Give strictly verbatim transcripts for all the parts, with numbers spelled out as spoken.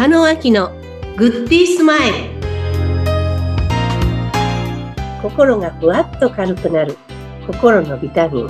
中野明のグッディースマイル。心がふわっと軽くなる心のビタミン。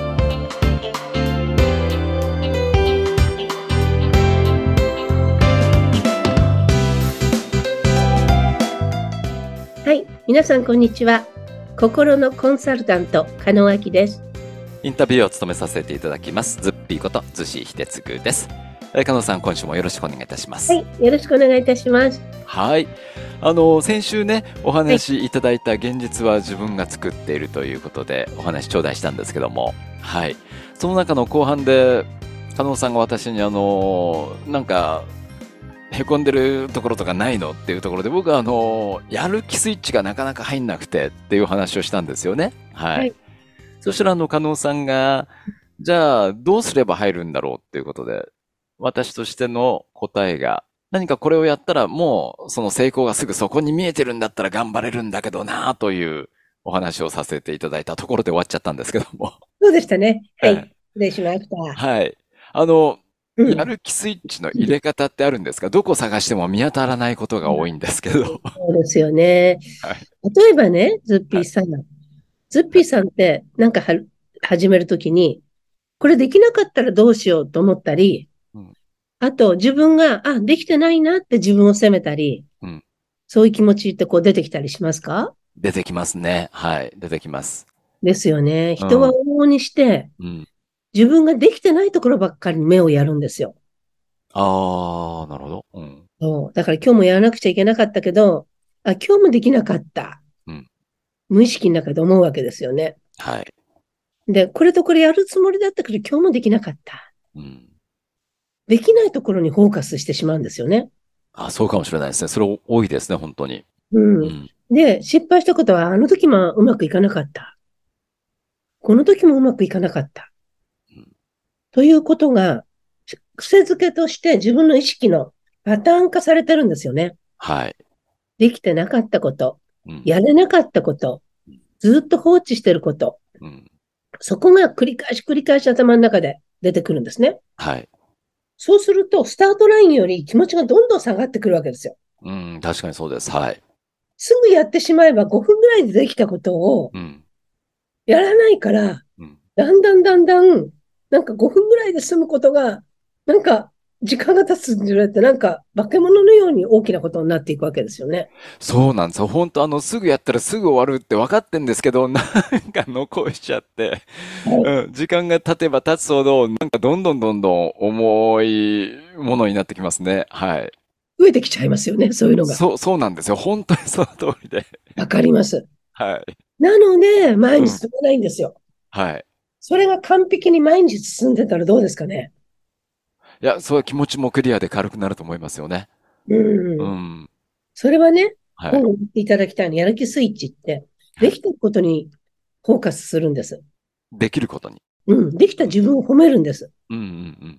はい、皆さんこんにちは。心のコンサルタント加野明です。 インタビューを務めさせていただきますズッピーこと逗子秀嗣です。加納さん、今週もよろしくお願いいたします。 はい、よろしくお願いいたします。 はい、あの先週ねお話しいただいた現実は自分が作っているということでお話頂戴したんですけども、はい、その中の後半で加納さんが私にあのなんかへこんでるところとかないのっていうところで、僕はあのやる気スイッチがなかなか入んなくてっていう話をしたんですよね。はい、はい、そしたらあの加納さんがじゃあどうすれば入るんだろうっていうことで、私としての答えが、何かこれをやったらもうその成功がすぐそこに見えてるんだったら頑張れるんだけどなというお話をさせていただいたところで終わっちゃったんですけども。 そうでしたね。はい。 ええ、 失礼しました。 はい。あの、 うん、 やる気スイッチの入れ方ってあるんですか？どこ探しても見当たらないことが多いんですけど。 そうですよね。 はい。 例えばね、ズッピはい。 ーさん。ズッピーさんってなんかは始めるときに、これできなかったらどうしようと思ったり、 うん。 あと自分が、あ、できてないなって自分を責めたり、 うん。 そういう気持ちってこう出てきたりしますか？ 出てきますね。はい。出てきます。 ですよね。 うん。 人は往々にして、 うん。 自分ができてないところばっかりに目をやるんですよ。 ああ、なるほど。うん。 そう。だから今日もやらなくちゃいけなかったけど、あ、今日もできなかった。 うん。 無意識の中で思うわけですよね。 はい。 で、これとこれやるつもりだったけど、今日もできなかった。 うん。 できないところにフォーカスしてしまうんですよね。 あ、そうかもしれないですね。それ多いですね、本当に。 うん。 うん。 で、失敗したことは、あの時もうまくいかなかった。この時もうまくいかなかった。 うん。 ということが、癖づけとして自分の意識のパターン化されてるんですよね。 はい。 できてなかったこと、 うん。 やれなかったこと、ずっと放置してること、 うん。 そこが繰り返し繰り返し頭の中で出てくるんですね。 はい。 そうすると、スタートラインより気持ちがどんどん下がってくるわけですよ。 うん、確かにそうです。はい。 すぐやってしまえばごふんぐらいでできたことをうん。 やらないから、 うん。 だんだんだんだん、なんかごふんぐらいで済むことが、なんか時間が経つんじゃなくて、なんか化け物のように大きなことになっていくわけですよね。 そうなんですよ。本当あの、すぐやったらすぐ終わるって分かってんですけど、なんか残しちゃって、 はい。 うん、時間が経てば経つほど、なんかどんどんどんどん重いものになってきますね。はい。 増えてきちゃいますよね、そういうのが。 そう、そうなんですよ。本当にその通りで。 わかります。 はい。 なので、前うん。 に進めないんですよ。 はい。 それが完璧に毎日進んでたらどうですかね。 いや、そういう気持ちもクリアで軽くなると思いますよね。 うん。 うん。 それはね、 はい。 今度言っていただきたいの、やる気スイッチって、 はい。 できたことにフォーカスするんです。 できることに。 うん。できたうん。 自分を褒めるんです。 うんうんうん。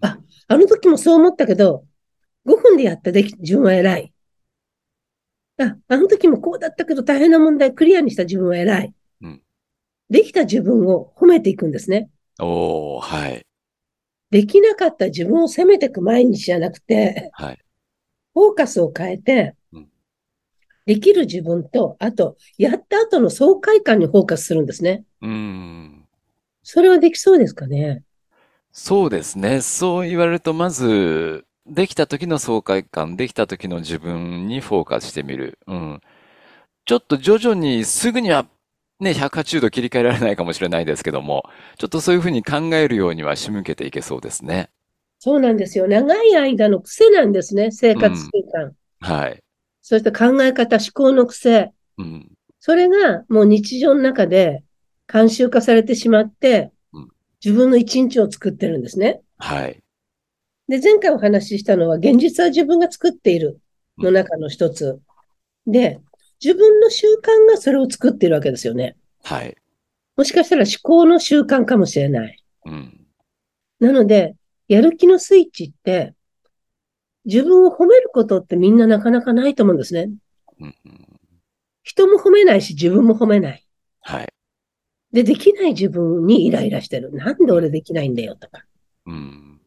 あ、あの時もそう思ったけど、ごふんでやったでき、自分は偉い。あ、あの時もこうだったけど大変な問題クリアにした自分は偉い。 うん。 できた自分を褒めていくんですね。 おー、はい。 できなかった自分を責めていく毎日じゃなくて、 はい。 フォーカスを変えて、 うん。 できる自分と、あと、やった後の爽快感にフォーカスするんですね。 うーん。 それはできそうですかね。 そうですね。そう言われると、まず、できた時の爽快感、できた時の自分にフォーカスしてみる。うん。ちょっと徐々にすぐにはね、ひゃくはちじゅうど切り替えられないかもしれないですけども、ちょっとそういうふうに考えるようには仕向けていけそうですね。 そうなんですよ。長い間の癖なんですね。生活習うん。 慣。 はい。 そして考え方、思考の癖。 うん。 それがもう日常の中で慣習化されてしまって、 うん。 自分の一日を作ってるんですね。 はい。 で、前回お話ししたのは、現実は自分が作っているうん。 の中の一つで、自分の習慣がそれを作っているわけですよね。 はい。 もしかしたら思考の習慣かもしれない。 うん。 なので、やる気のスイッチって、自分を褒めることってみんななかなかないと思うんですね。 うん。 人も褒めないし、自分も褒めない。 はい。 で、できない自分にイライラしてる。なんでうん。 俺できないんだよとか。 うん。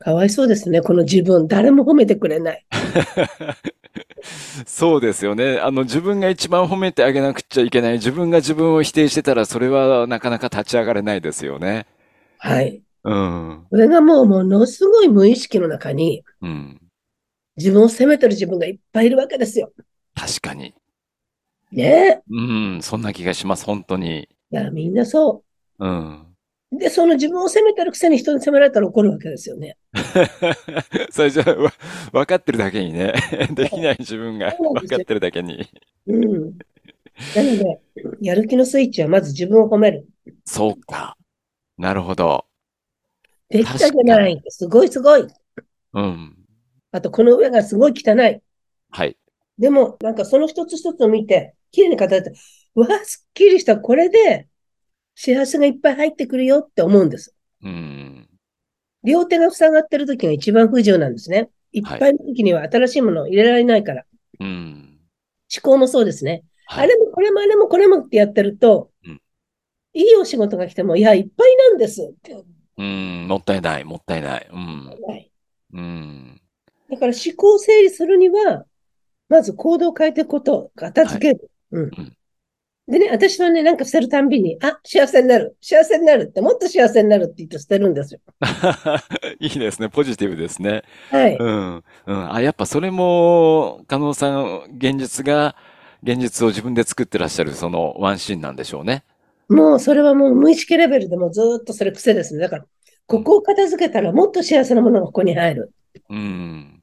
かわいそうですね。この自分、誰も褒めてくれない。 そうですよね。あの、自分が一番褒めてあげなくちゃいけない。自分が自分を否定してたら、それはなかなか立ち上がれないですよね。 はい。 うん。 それがもうものすごい無意識の中に、 うん。 自分を責めてる自分がいっぱいいるわけですよ。 確かに。 ねえ。 うん。そんな気がします。本当に。 いや、みんなそうん。 う。で、その自分を責めてるくせに人に責められたら怒るわけですよね。 それじゃあ、わ、分かってるだけにね。できない自分がそうなんですよ。 分かってるだけに。 うん。なので、やる気のスイッチはまず自分を褒める。 そうか。なるほど。 できたじゃ確かに。 ない。すごいすごい。 うん。 あと、この上がすごい汚い。 はい。 でも、なんかその一つ一つを見て、綺麗に片付けて、うわ、すっきりした。これで幸せがいっぱい入ってくるよって思うんです。 うん。 両手が塞がってる時が一番不自由なんですね。いっはい。 ぱいの時には新しいものを入れられないから。 うん。 思考もそうですね。 はい。 あれもこれもあれもこれもってやってると、 うん。 いいお仕事が来ても、いや、いっぱいなんですって。 うん。もったいない。もったいない。うん。 はい。 うん。 だから思考を整理するには、まず行動を変えていくこと、片はい。 付ける。うん。 うん。 でね、私はね、なんか捨てるたんびに、あ、幸せになる、幸せになるって、もっと幸せになるって言って捨てるんですよ。 いいですね。ポジティブですね。 はい。 うん。うん。あ、やっぱそれも、加納さん、現実が、現実を自分で作ってらっしゃる、そのワンシーンなんでしょうね。 もうそれはもう無意識レベルでもずーっとそれ癖ですね。だから、 うん。 ここを片付けたらもっと幸せなものがここに入る。 うん。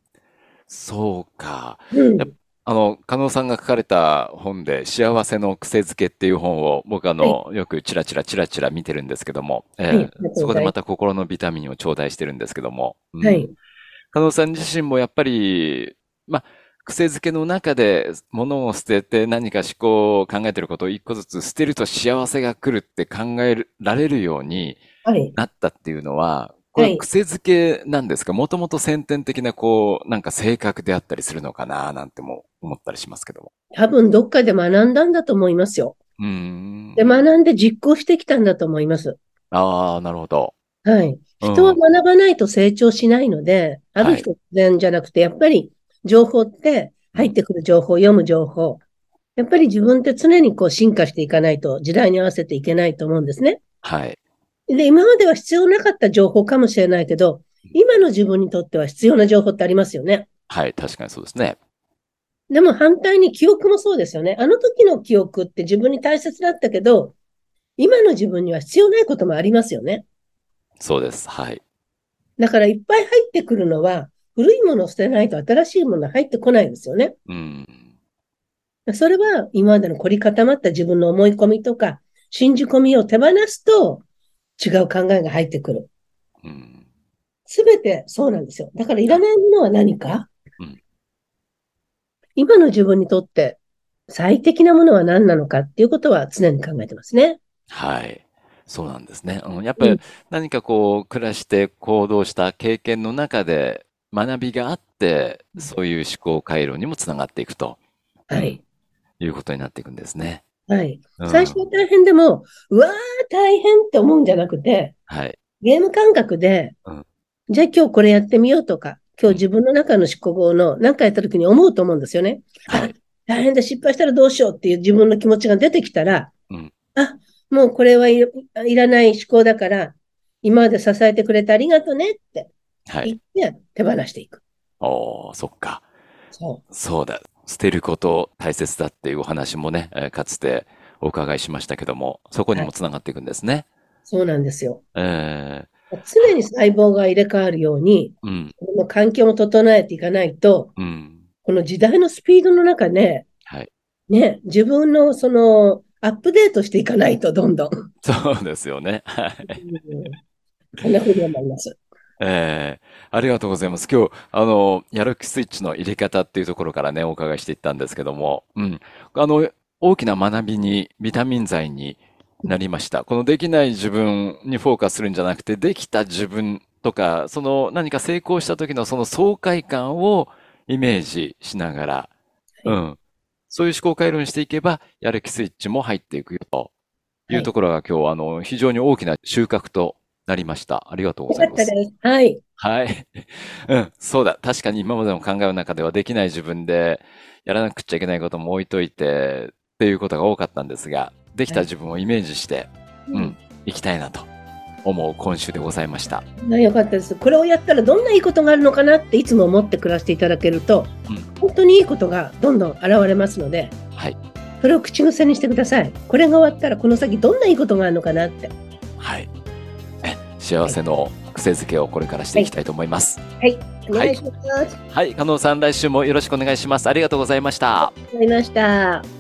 そうか。やっうん。 あの、加納さんが書かれた本で、幸せの癖づけっていう本を、僕あはい。 の、よくチラチラチラチラ見てるんですけども、 はい。あええ、 りがとうそこでまございます。 た心のビタミンを頂戴してるんですけども、うん。 はい。 加納さん自身もやっぱり、まあ、癖づけの中で物を捨てて何か思考を考えてることを一個ずつ捨てると幸せが来るって考えられるようにはい。 なったっていうのは、これはい。 は癖づけなんですか？もともと先天的なこう、なんか性格であったりするのかななんても思ったりしますけども。 多分どっかで学んだんだと思いますよ。 うーで、 ん。 学んで実行してきたんだと思います。 ああ、なるほど。 はい。人はうん。 学ばないと成長しないので、あるはい。 日突然じゃなくて、やっぱり情報ってうん。 入ってくる情報、読む情報。やっぱり自分って常にこう進化していかないと時代に合わせていけないと思うんですね。 はい。 で、今までは必要なかった情報かもしれないけど、今の自分にとっては必要な情報ってありますよね。 はい。確かにそうですね。 でも反対に記憶もそうですよね。あの時の記憶って自分に大切だったけど、今の自分には必要ないこともありますよね。 そうです。はい。 だからいっぱい入ってくるのは、古いものを捨てないと新しいものは入ってこないですよね。 うん。 それは今までの凝り固まった自分の思い込みとか、信じ込みを手放すと違う考えが入ってくる。 うん。 すべてそうなんですよ。だからいらあ、 ないものは何か、 うん。 今の自分にとって最適なものは何なのかっていうことは常に考えてますね。 はい。そうなんですね。うん、やっぱりうん。 何かこう、暮らして行動した経験の中で学びがあって、そういう思考回路にもつながっていくと、うん、 はい。 いうことになっていくんですね。 はい。 うん。 最初は大変でも、うわー大変って思うんじゃなくて、 はい。 ゲーム感覚で、 うん。 じゃあ今日これやってみようとか、今うん。 日自分の中の思考の何かやった時に思うと思うんですよね。あ、 はい。 大変だ、失敗したらどうしようっていう自分の気持ちが出てきたら、 うん。 あ、もうこれはいら、いらない思考だから、今まで支えてくれてありがとねってはい。 言って手放していく。 おー、そっか。 そそうだ。捨てること大切だっていうお話もね、えーかつてお伺いしましたけども、そこう。 にもはい。 つながっていくんですね。 そうなんですよ。 えー、 常に細胞が入れ替わるように、 うん。 この環境も整えていかないと、 うん。 この時代のスピードの中で、 はい。 ね、自分のその、アップデートしていかないと、どんどん。 そうですよね。はい。 うん、そんなふうに思います。 ええ、ありがとうございます。今日、あの、やる気スイッチの入れ方っていうところからね、お伺いしていったんですけども、うん。あの、大きな学びに、ビタミン剤になりました。このできない自分にフォーカスするんじゃなくて、できた自分とか、その何か成功した時のその爽快感をイメージしながら、 はい。 うん。そういう思考回路にしていけば、やる気スイッチも入っていくよといはい。 うところが今日、あの、非常に大きな収穫となりました。ありがとうごよざいます。 かったです。はい。 はい。うん、そうだ。確かに今までの考えの中ではできない自分でやらなくちゃいけないことも置いといてっていうことが多かったんですが、できはい。 た自分をイメージして、うん、 うん。 行きたいなと思う今週でございました。 あ、よかったです。これをやったらどんないいことがあるのかなっていつも思って暮らしていただけると、 うん。 本当にいいことがどんどん現れますので、 はい。 それを口癖にしてください。これが終わったらこの先どんないいことがあるのかなって。 はい。え、幸はい。 せの癖づけをこれからしてはい。 いきたいと思います。 はい。おはい。 願いします。 はい。加納さん、来週もよろしくお願いします。ありがとうございました。 わかりました。